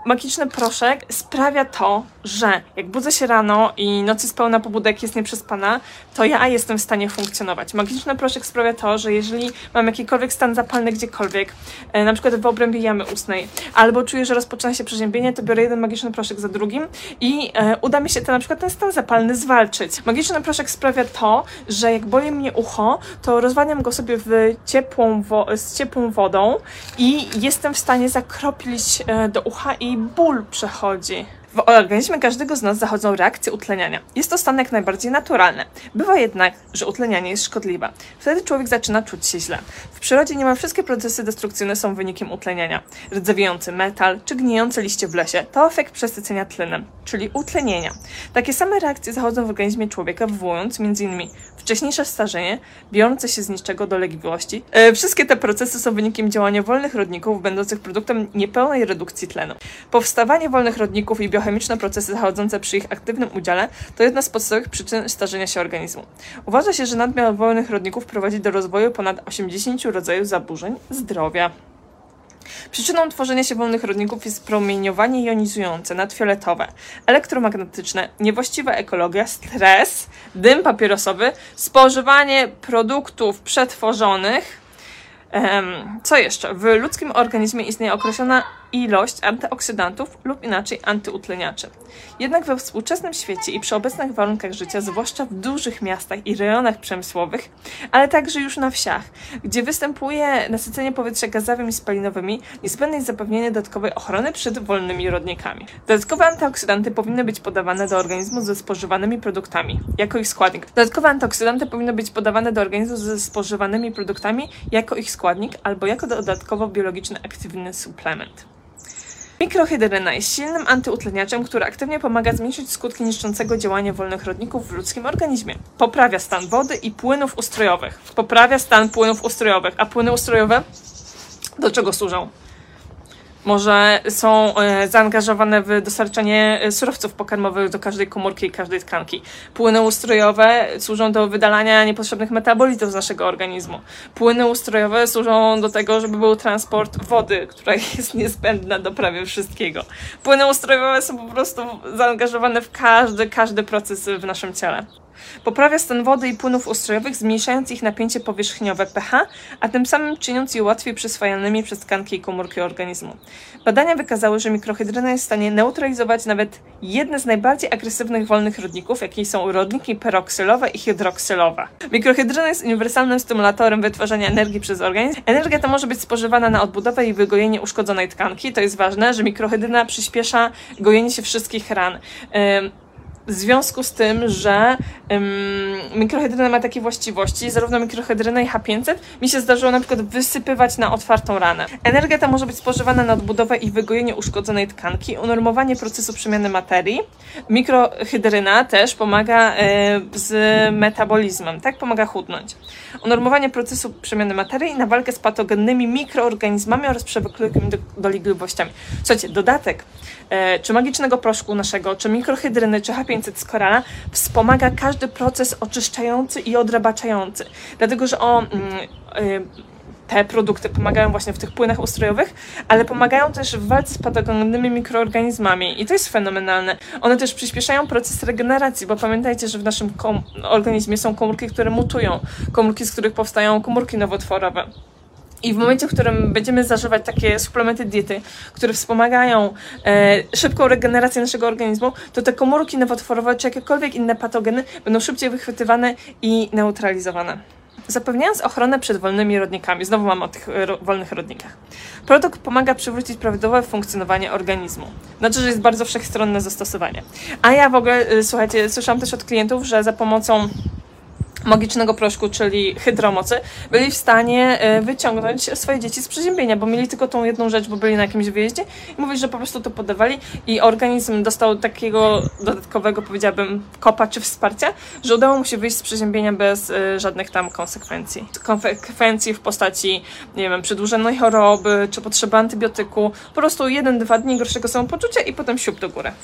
magiczny proszek sprawia to, że jak budzę się rano i noc jest pełna pobudek, jest nieprzespana, to ja jestem w stanie funkcjonować. Magiczny proszek sprawia to, że jeżeli mam jakikolwiek stan zapalny gdziekolwiek, na przykład w obrębie jamy ustnej, albo czuję, że rozpoczyna się przeziębienie, to biorę jeden magiczny proszek za drugim i uda mi się na przykład ten stan zapalny zwalczyć. Magiczny proszek sprawia to, że jak boli mnie ucho, to rozwadniam go sobie z ciepłą wodą i jestem w stanie zakroplić do ucha i ból przechodzi. W organizmie każdego z nas zachodzą reakcje utleniania. Jest to stan jak najbardziej naturalny. Bywa jednak, że utlenianie jest szkodliwe. Wtedy człowiek zaczyna czuć się źle. W przyrodzie niemal wszystkie procesy destrukcyjne są wynikiem utleniania. Rdzewiejący metal czy gnijące liście w lesie to efekt przesycenia tlenem, czyli utlenienia. Takie same reakcje zachodzą w organizmie człowieka, wywołując m.in. wcześniejsze starzenie, biorące się z niczego dolegliwości. Wszystkie te procesy są wynikiem działania wolnych rodników, będących produktem niepełnej redukcji tlenu. Powstawanie wolnych rodników i biochemiczne procesy zachodzące przy ich aktywnym udziale to jedna z podstawowych przyczyn starzenia się organizmu. Uważa się, że nadmiar wolnych rodników prowadzi do rozwoju ponad 80 rodzajów zaburzeń zdrowia. Przyczyną tworzenia się wolnych rodników jest promieniowanie jonizujące, nadfioletowe, elektromagnetyczne, niewłaściwa ekologia, stres, dym papierosowy, spożywanie produktów przetworzonych. Co jeszcze? W ludzkim organizmie istnieje określona ilość antyoksydantów lub inaczej antyutleniaczy. Jednak we współczesnym świecie i przy obecnych warunkach życia, zwłaszcza w dużych miastach i rejonach przemysłowych, ale także już na wsiach, gdzie występuje nasycenie powietrza gazami spalinowymi, niezbędne jest zapewnienie dodatkowej ochrony przed wolnymi rodnikami. Dodatkowe antyoksydanty powinny być podawane do organizmu ze spożywanymi produktami jako ich składnik. Dodatkowe antyoksydanty powinny być podawane do organizmu ze spożywanymi produktami jako ich składnik albo jako dodatkowo biologiczny aktywny suplement. Mikrohydryna jest silnym antyutleniaczem, który aktywnie pomaga zmniejszyć skutki niszczącego działania wolnych rodników w ludzkim organizmie. Poprawia stan wody i płynów ustrojowych. A płyny ustrojowe do czego służą? Może są zaangażowane w dostarczanie surowców pokarmowych do każdej komórki i każdej tkanki. Płyny ustrojowe służą do wydalania niepotrzebnych metabolitów z naszego organizmu. Płyny ustrojowe służą do tego, żeby był transport wody, która jest niezbędna do prawie wszystkiego. Płyny ustrojowe są po prostu zaangażowane w każdy proces w naszym ciele. Poprawia stan wody i płynów ustrojowych, zmniejszając ich napięcie powierzchniowe pH, a tym samym czyniąc je łatwiej przyswajalnymi przez tkanki i komórki organizmu. Badania wykazały, że mikrohydryna jest w stanie neutralizować nawet jedne z najbardziej agresywnych wolnych rodników, jakimi są rodniki peroksylowe i hydroksylowe. Mikrohydryna jest uniwersalnym stymulatorem wytwarzania energii przez organizm. Energia ta może być spożywana na odbudowę i wygojenie uszkodzonej tkanki. To jest ważne, że mikrohydryna przyspiesza gojenie się wszystkich ran. W związku z tym, że mikrohydryna ma takie właściwości, zarówno mikrohydryna i H500 mi się zdarzyło na przykład wysypywać na otwartą ranę. Energia ta może być spożywana na odbudowę i wygojenie uszkodzonej tkanki, unormowanie procesu przemiany materii. Mikrohydryna też pomaga z metabolizmem, tak? Pomaga chudnąć. Unormowanie procesu przemiany materii na walkę z patogennymi mikroorganizmami oraz przewlekłymi dolegliwościami. Słuchajcie, dodatek czy magicznego proszku naszego, czy mikrohydryny, czy H500 z korala wspomaga każdy proces oczyszczający i odrabaczający. Dlatego, że te produkty pomagają właśnie w tych płynach ustrojowych, ale pomagają też w walce z patogennymi mikroorganizmami i to jest fenomenalne. One też przyspieszają proces regeneracji, bo pamiętajcie, że w naszym organizmie są komórki, które mutują, komórki, z których powstają komórki nowotworowe. I w momencie, w którym będziemy zażywać takie suplementy diety, które wspomagają szybką regenerację naszego organizmu, to te komórki nowotworowe czy jakiekolwiek inne patogeny będą szybciej wychwytywane i neutralizowane. Zapewniając ochronę przed wolnymi rodnikami, znowu mam o tych wolnych rodnikach. Produkt pomaga przywrócić prawidłowe funkcjonowanie organizmu. Znaczy, że jest bardzo wszechstronne zastosowanie. A ja w ogóle, słuchajcie, słyszałam też od klientów, że za pomocą magicznego proszku, czyli hydromocy, byli w stanie wyciągnąć swoje dzieci z przeziębienia, bo mieli tylko tą jedną rzecz, bo byli na jakimś wyjeździe i mówili, że po prostu to podawali i organizm dostał takiego dodatkowego, powiedziałabym, kopa czy wsparcia, że udało mu się wyjść z przeziębienia bez żadnych tam konsekwencji. Konsekwencji w postaci, nie wiem, przedłużonej choroby, czy potrzeby antybiotyku, po prostu 1-2 dni gorszego samopoczucia i potem siup do góry.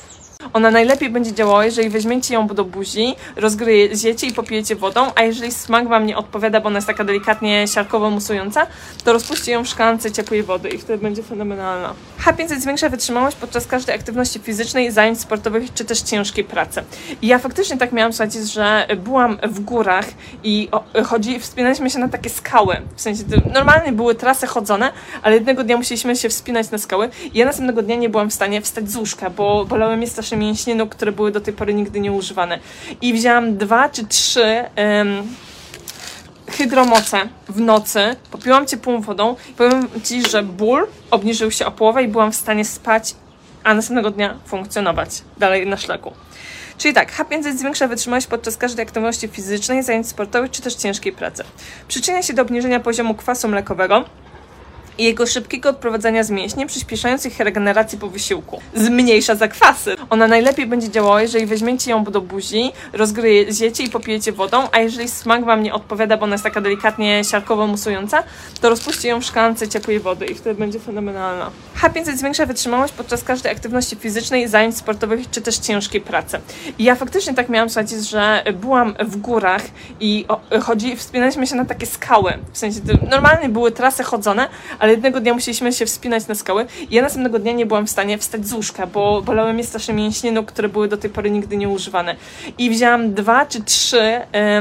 Ona najlepiej będzie działała, jeżeli weźmiecie ją do buzi, rozgryziecie i popijecie wodą, a jeżeli smak Wam nie odpowiada, bo ona jest taka delikatnie siarkowo musująca, to rozpuśćcie ją w szklance ciepłej wody i wtedy będzie fenomenalna. H500 zwiększa wytrzymałość podczas każdej aktywności fizycznej, zajęć sportowych czy też ciężkiej pracy. I ja faktycznie tak miałam, słuchajcie, że byłam w górach i wspinaliśmy się na takie skały. W sensie normalnie były trasy chodzone, ale jednego dnia musieliśmy się wspinać na skały i ja następnego dnia nie byłam w stanie wstać z łóżka, bo bolały mnie strasznie mięśnie nóg, które były do tej pory nigdy nie używane. I wzięłam 2 czy 3 hydromoce w nocy, popiłam ciepłą wodą i powiem Ci, że ból obniżył się o połowę i byłam w stanie spać, a następnego dnia funkcjonować dalej na szlaku. Czyli tak, H500 zwiększa wytrzymałość podczas każdej aktywności fizycznej, zajęć sportowych czy też ciężkiej pracy. Przyczynia się do obniżenia poziomu kwasu mlekowego i jego szybkiego odprowadzania z mięśni, przyspieszając ich regenerację po wysiłku. Zmniejsza zakwasy. Ona najlepiej będzie działała, jeżeli weźmiecie ją do buzi, rozgryziecie i popijecie wodą, a jeżeli smak Wam nie odpowiada, bo ona jest taka delikatnie siarkowo musująca, to rozpuśćcie ją w szklance ciepłej wody i wtedy będzie fenomenalna. H500 zwiększa wytrzymałość podczas każdej aktywności fizycznej, zajęć sportowych czy też ciężkiej pracy. I ja faktycznie tak miałam, słuchajcie, że byłam w górach i wspinaliśmy się na takie skały. W sensie normalnie były trasy chodzone, ale jednego dnia musieliśmy się wspinać na skały i ja następnego dnia nie byłam w stanie wstać z łóżka, bo bolały mnie strasznie mięśnie nóg, które były do tej pory nigdy nie używane. I wzięłam 2 czy 3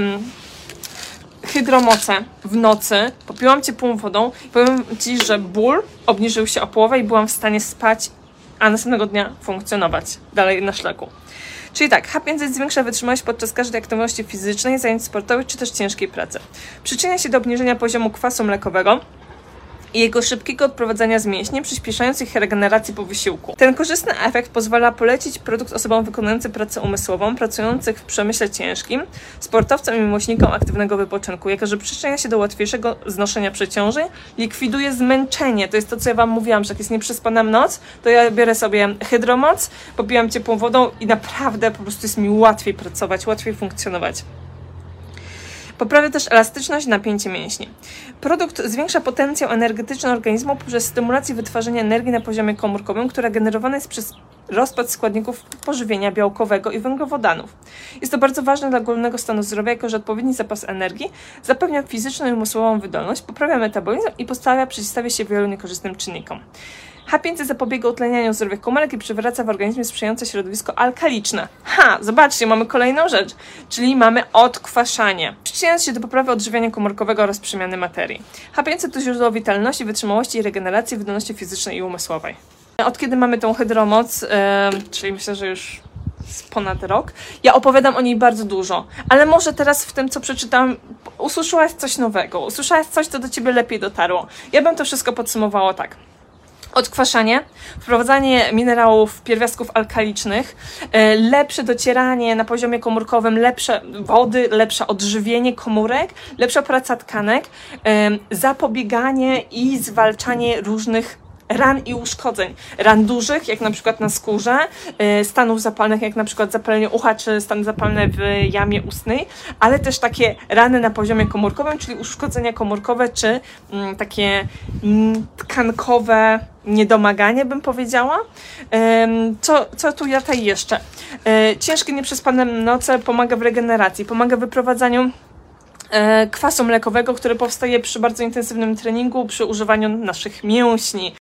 hydromoce w nocy, popiłam ciepłą wodą i powiem Ci, że ból obniżył się o połowę i byłam w stanie spać, a następnego dnia funkcjonować dalej na szlaku. Czyli tak, H500 zwiększa wytrzymałość podczas każdej aktywności fizycznej, zajęć sportowych czy też ciężkiej pracy. Przyczynia się do obniżenia poziomu kwasu mlekowego i jego szybkiego odprowadzania z mięśni, przyspieszając ich regenerację po wysiłku. Ten korzystny efekt pozwala polecić produkt osobom wykonującym pracę umysłową, pracujących w przemyśle ciężkim, sportowcom i miłośnikom aktywnego wypoczynku, jako że przyczynia się do łatwiejszego znoszenia przeciążeń, likwiduje zmęczenie. To jest to, co ja Wam mówiłam, że jak jest nieprzespana noc, to ja biorę sobie hydromoc, popijam ciepłą wodą i naprawdę po prostu jest mi łatwiej pracować, łatwiej funkcjonować. Poprawia też elastyczność i napięcie mięśni. Produkt zwiększa potencjał energetyczny organizmu poprzez stymulację wytwarzania energii na poziomie komórkowym, która generowana jest przez rozpad składników pożywienia białkowego i węglowodanów. Jest to bardzo ważne dla ogólnego stanu zdrowia, jako że odpowiedni zapas energii zapewnia fizyczną i umysłową wydolność, poprawia metabolizm i przeciwstawia się wielu niekorzystnym czynnikom. H500 zapobiega utlenianiu zdrowych komórek i przywraca w organizmie sprzyjające środowisko alkaliczne. Zobaczcie, mamy kolejną rzecz, czyli mamy odkwaszanie, przyczyniając się do poprawy odżywiania komórkowego oraz przemiany materii. H500 to źródło witalności, wytrzymałości i regeneracji wydolności fizycznej i umysłowej. Od kiedy mamy tą hydromoc, czyli myślę, że już ponad rok, ja opowiadam o niej bardzo dużo, ale może teraz w tym, co przeczytałam, usłyszałaś coś nowego, usłyszałaś coś, co do Ciebie lepiej dotarło. Ja bym to wszystko podsumowała tak. Odkwaszanie, wprowadzanie minerałów, pierwiastków alkalicznych, lepsze docieranie na poziomie komórkowym, lepsze wody, lepsze odżywienie komórek, lepsza praca tkanek, zapobieganie i zwalczanie różnych ran i uszkodzeń. Ran dużych, jak na przykład na skórze, stanów zapalnych, jak na przykład zapalenie ucha, czy stany zapalne w jamie ustnej, ale też takie rany na poziomie komórkowym, czyli uszkodzenia komórkowe, czy takie tkankowe niedomaganie, bym powiedziała. Co tu jeszcze? Ciężkie, nieprzespane noce pomaga w regeneracji, pomaga w wyprowadzaniu kwasu mlekowego, który powstaje przy bardzo intensywnym treningu, przy używaniu naszych mięśni.